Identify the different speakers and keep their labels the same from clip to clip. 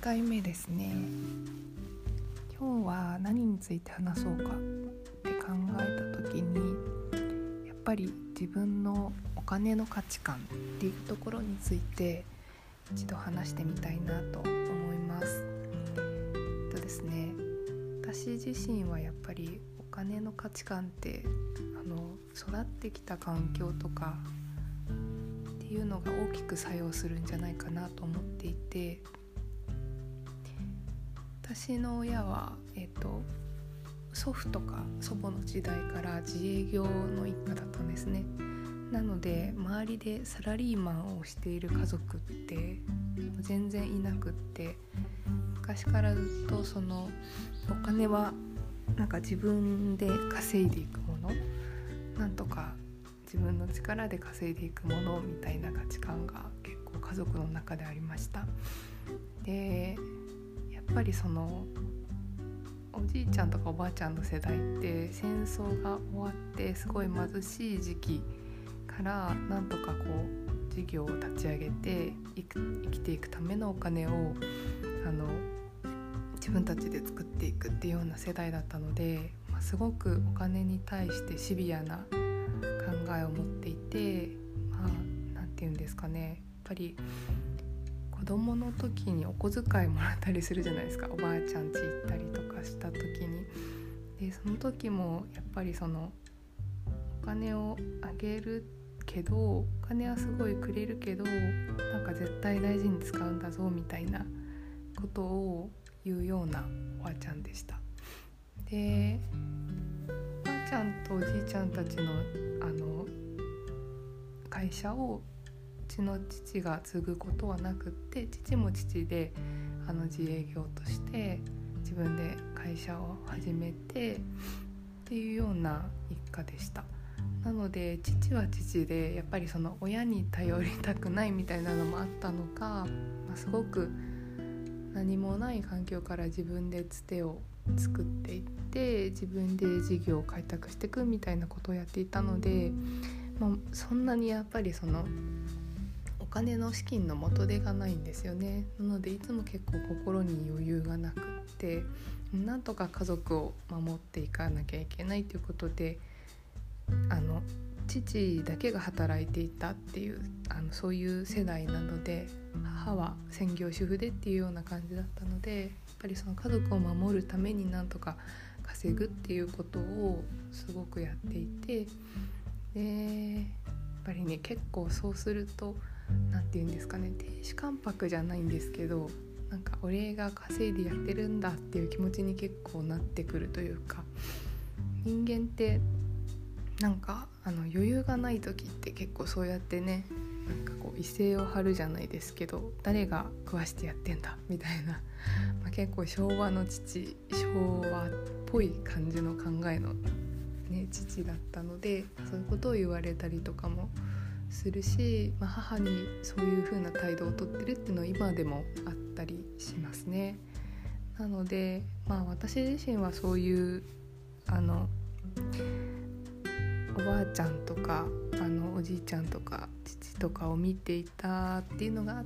Speaker 1: 回目ですね。今日は何について話そうかって考えた時に、やっぱり自分のお金の価値観っていうところについて一度話してみたいなと思います。ですね、私自身はやっぱりお金の価値観って育ってきた環境とかっていうのが大きく作用するんじゃないかなと思っていて、私の親は、祖父とか祖母の時代から自営業の一家だったんですね。なので周りでサラリーマンをしている家族って全然いなくって、昔からずっとそのお金はなんか自分で稼いでいくもの、なんとか自分の力で稼いでいくものみたいな価値観が結構家族の中でありました。でやっぱりそのおじいちゃんとかおばあちゃんの世代って戦争が終わってすごい貧しい時期からなんとかこう事業を立ち上げて生きていくためのお金を自分たちで作っていくっていうような世代だったので、すごくお金に対してシビアな考えを持っていて、なんていうんですかね、やっぱり子供の時にお小遣いもらったりするじゃないですか。おばあちゃん家行ったりとかした時に、でその時もやっぱりそのお金をあげるけど、お金はすごいくれるけど、なんか絶対大事に使うんだぞみたいなことを言うようなおばあちゃんでした。でおばあちゃんとおじいちゃんたちの会社をうちの父が継ぐことはなくって、父も父で自営業として自分で会社を始めてっていうような一家でした。なので父は父でやっぱりその親に頼りたくないみたいなのもあったのか、すごく何もない環境から自分でつてを作っていって自分で事業を開拓していくみたいなことをやっていたので、そんなにやっぱりそのお金の資金の元手がないんですよね。なのでいつも結構心に余裕がなくって、なんとか家族を守っていかなきゃいけないということで、父だけが働いていたっていうそういう世代なので、母は専業主婦でっていうような感じだったので、やっぱりその家族を守るためになんとか稼ぐっていうことをすごくやっていて、でやっぱりね、結構そうするとなんていうんですかね、亭主関白じゃないんですけど、なんか俺が稼いでやってるんだっていう気持ちに結構なってくるというか、人間ってなんか余裕がない時って結構そうやってね、なんかこう威勢を張るじゃないですけど、誰が食わしてやってんだみたいな、結構昭和の父、昭和っぽい感じの考えの、父だったので、そういうことを言われたりとかもするし、母にそういう風な態度をとってるっていうのは今でもあったりしますね。なので、私自身はそういうおばあちゃんとかおじいちゃんとか父とかを見ていたっていうのがあって、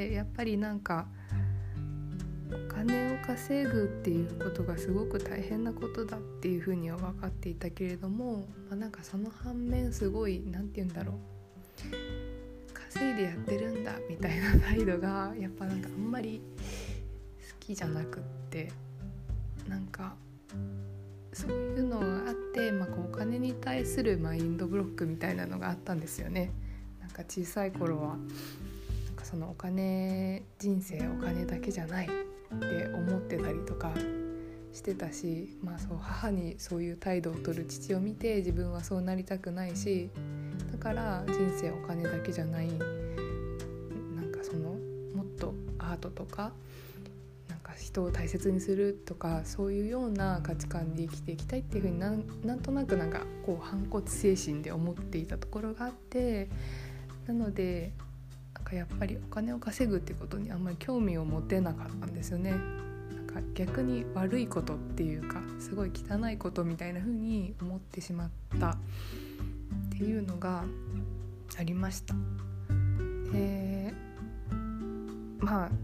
Speaker 1: やっぱりなんかお金を稼ぐっていうことがすごく大変なことだっていうふうには分かっていたけれども、なんかその反面すごいなんて言うんだろう、稼いでやってるんだみたいな態度がやっぱなんかあんまり好きじゃなくって、なんかそういうのがあって、お金に対するマインドブロックみたいなのがあったんですよね。なんか小さい頃はなんかそのお金人生お金だけじゃないって思ってたりとかしてたし、そう母にそういう態度を取る父を見て自分はそうなりたくないし、だから人生お金だけじゃない、なんかそのもっとアートとか人を大切にするとか、そういうような価値観で生きていきたいっていう風になんとなくなんかこう反骨精神で思っていたところがあって、なのでなんかやっぱりお金を稼ぐっていうことにあんまり興味を持てなかったんですよね。なんか逆に悪いことっていうか、すごい汚いことみたいな風に思ってしまったっていうのがありました。で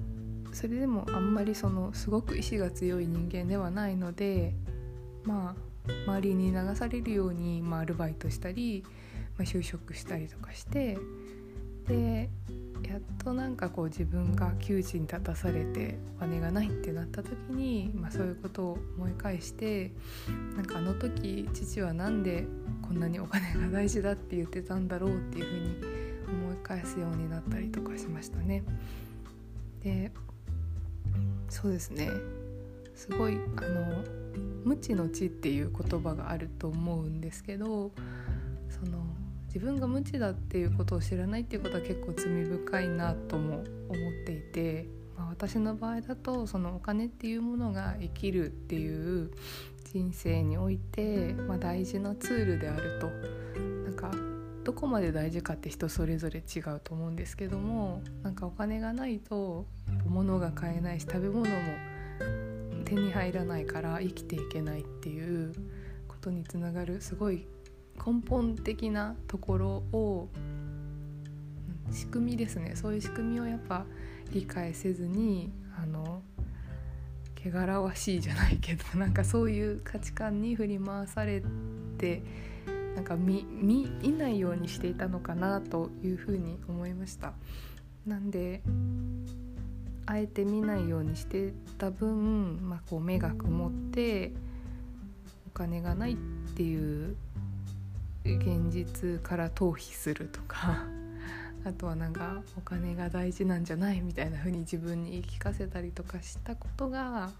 Speaker 1: それでもあんまりすごく意志が強い人間ではないので、周りに流されるように、アルバイトしたり、就職したりとかして、でやっと自分が窮地に立たされてお金がないってなった時に、そういうことを思い返して、あの時父はなんでこんなにお金が大事だって言ってたんだろうっていうふうに思い返すようになったりとかしましたね。で、そうですね、すごい無知の知っていう言葉があると思うんですけど、自分が無知だっていうことを知らないっていうことは結構罪深いなとも思っていて、私の場合だとお金っていうものが生きるっていう人生において、大事なツールであると。どこまで大事かって人それぞれ違うと思うんですけども、お金がないと物が買えないし、食べ物も手に入らないから生きていけないっていうことにつながるすごい根本的なところを、仕組みですね。そういう仕組みをやっぱ理解せずに汚らわしいじゃないけど、そういう価値観に振り回されて見ないようにしていたのかなというふうに思いました。なんであえて見ないようにしてた分、目が曇ってお金がないっていう現実から逃避するとか、あとはお金が大事なんじゃないみたいな風に自分に言い聞かせたりとかしたことが、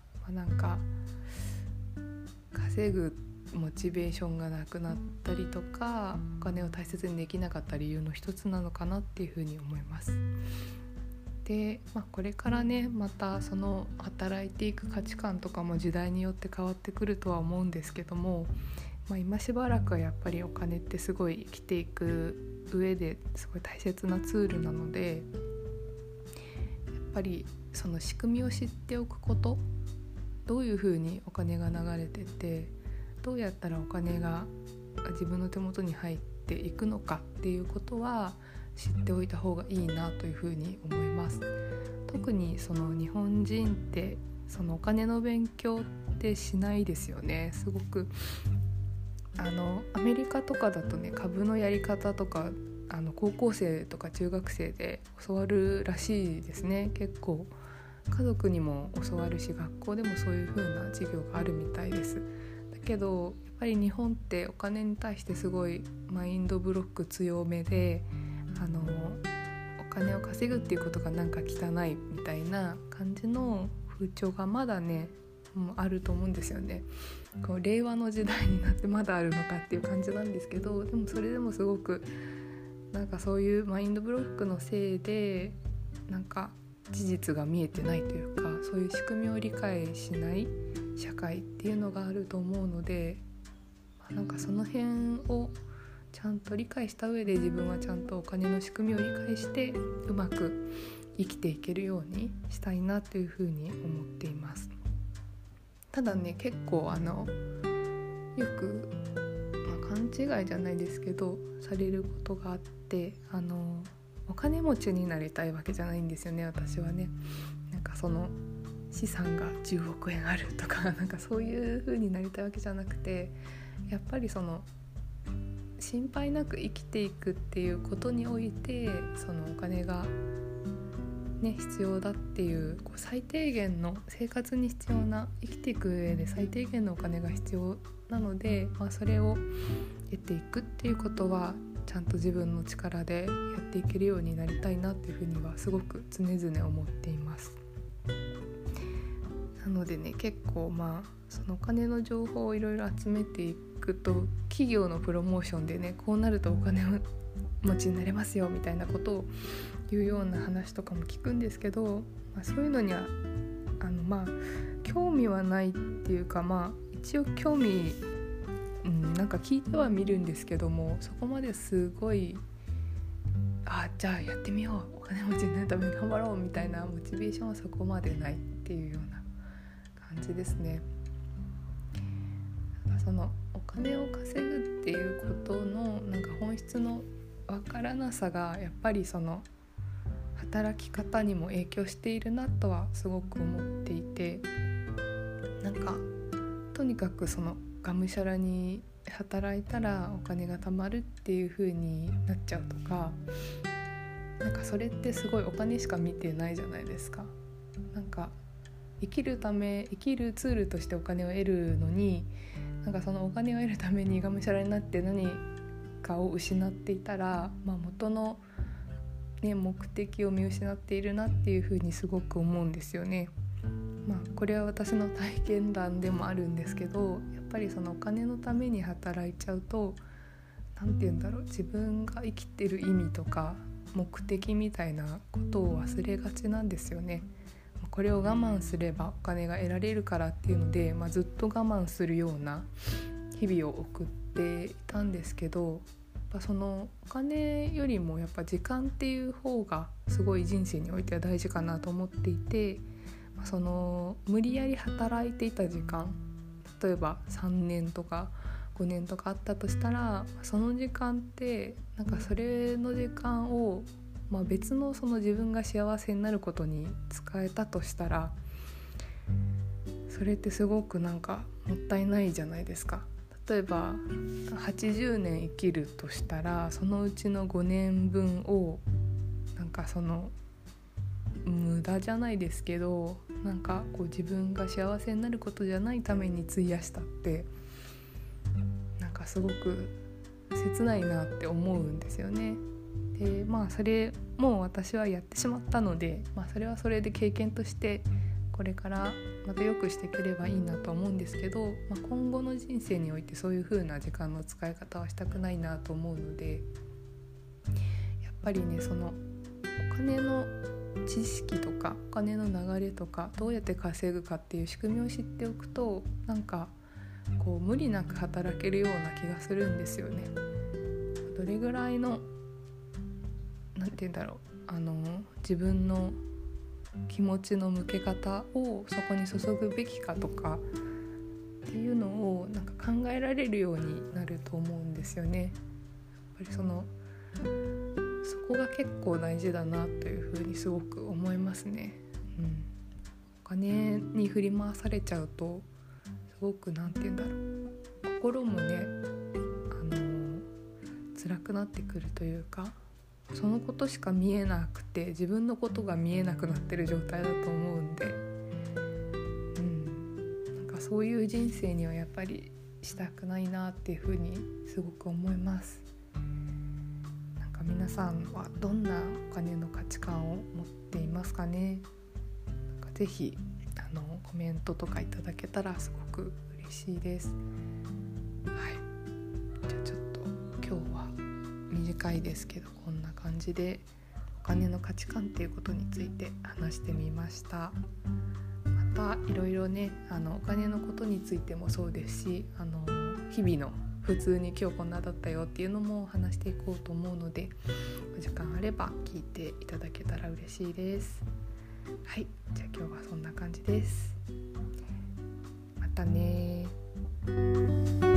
Speaker 1: 稼ぐモチベーションがなくなったりとか、お金を大切にできなかった理由の一つなのかなっていう風に思います。で、これからね、また働いていく価値観とかも時代によって変わってくるとは思うんですけども、今しばらくはやっぱりお金ってすごい生きていく上ですごい大切なツールなので、やっぱりその仕組みを知っておくこと、どういうふうにお金が流れてて、どうやったらお金が自分の手元に入っていくのかっていうことは知っておいた方がいいなというふうに思います。特に日本人ってお金の勉強ってしないですよね。すごくアメリカとかだとね、株のやり方とか高校生とか中学生で教わるらしいですね。結構家族にも教わるし、学校でもそういう風な授業があるみたいです。だけどやっぱり日本ってお金に対してすごいマインドブロック強めで、お金を稼ぐっていうことが汚いみたいな感じの風潮がまだねあると思うんですよね。令和の時代になってまだあるのかっていう感じなんですけど、でもそれでもすごくそういうマインドブロックのせいで事実が見えてないというか、そういう仕組みを理解しない社会っていうのがあると思うので、その辺をちゃんと理解した上で、自分はちゃんとお金の仕組みを理解してうまく生きていけるようにしたいなというふうに思っています。ただね、結構よく、勘違いじゃないですけどされることがあって、お金持ちになりたいわけじゃないんですよね、私はね。資産が10億円あるとかそういう風になりたいわけじゃなくて、やっぱり心配なく生きていくっていうことにおいて、お金が必要だっていう、最低限の生活に必要な、生きていく上で最低限のお金が必要なので、それを得ていくっていうことはちゃんと自分の力でやっていけるようになりたいなっていうふうにはすごく常々思っています。なのでね、結構そのお金の情報をいろいろ集めていくと、企業のプロモーションでね、こうなるとお金持ちになれますよみたいなことを言うような話とかも聞くんですけど、そういうのには興味はないっていうか、一応興味聞いてはみるんですけども、そこまですごいじゃあやってみよう、お金持ちになるために頑張ろうみたいなモチベーションはそこまでないっていうような感じですね。お金を稼ぐっていうことの本質のわからなさが、やっぱり働働き方にも影響しているなとはすごく思っていて、なんかとにかくそのがむしゃらに働いたらお金が貯まるっていう風になっちゃうとか、なんかそれってすごいお金しか見てないじゃないですか。なんか生きるツールとしてお金を得るのに、なんかそのお金を得るためにがむしゃらになって何かを失っていたら、元の、目的を見失っているなっていうふうにすごく思うんですよね。これは私の体験談でもあるんですけど、やっぱりそのお金のために働いちゃうと、自分が生きてる意味とか目的みたいなことを忘れがちなんですよね。これを我慢すればお金が得られるからっていうので、ずっと我慢するような日々を送っていたんですけど、そのお金よりもやっぱ時間っていう方がすごい人生においては大事かなと思っていて、その無理やり働いていた時間、例えば3年とか5年とかあったとしたら、その時間ってそれの時間を別のその自分が幸せになることに使えたとしたら、それってすごくもったいないじゃないですか。例えば80年生きるとしたら、そのうちの5年分をその無駄じゃないですけど、自分が幸せになることじゃないために費やしたって、すごく切ないなって思うんですよね。でそれも私はやってしまったので、それはそれで経験としてこれからまた良くしていければいいなと思うんですけど、今後の人生においてそういう風な時間の使い方はしたくないなと思うので、やっぱりね、そのお金の知識とかお金の流れとかどうやって稼ぐかっていう仕組みを知っておくと、無理なく働けるような気がするんですよね。どれぐらいの自分の気持ちの向け方をそこに注ぐべきかとかっていうのを考えられるようになると思うんですよね。やっぱりそこが結構大事だなというふうにすごく思いますね。お金に振り回されちゃうとすごく心もね辛くなってくるというか、そのことしか見えなくて自分のことが見えなくなってる状態だと思うんで、そういう人生にはやっぱりしたくないなっていうふうにすごく思います。皆さんはどんなお金の価値観を持っていますかね。ぜひコメントとかいただけたらすごく嬉しいです。じゃあちょっと今日は短いですけどこんな感じでお金の価値観っていうことについて話してみました。またいろいろねお金のことについてもそうですし、日々の普通に今日こんなだったよっていうのも話していこうと思うので、お時間あれば聞いていただけたら嬉しいです。じゃあ今日はそんな感じです。またね。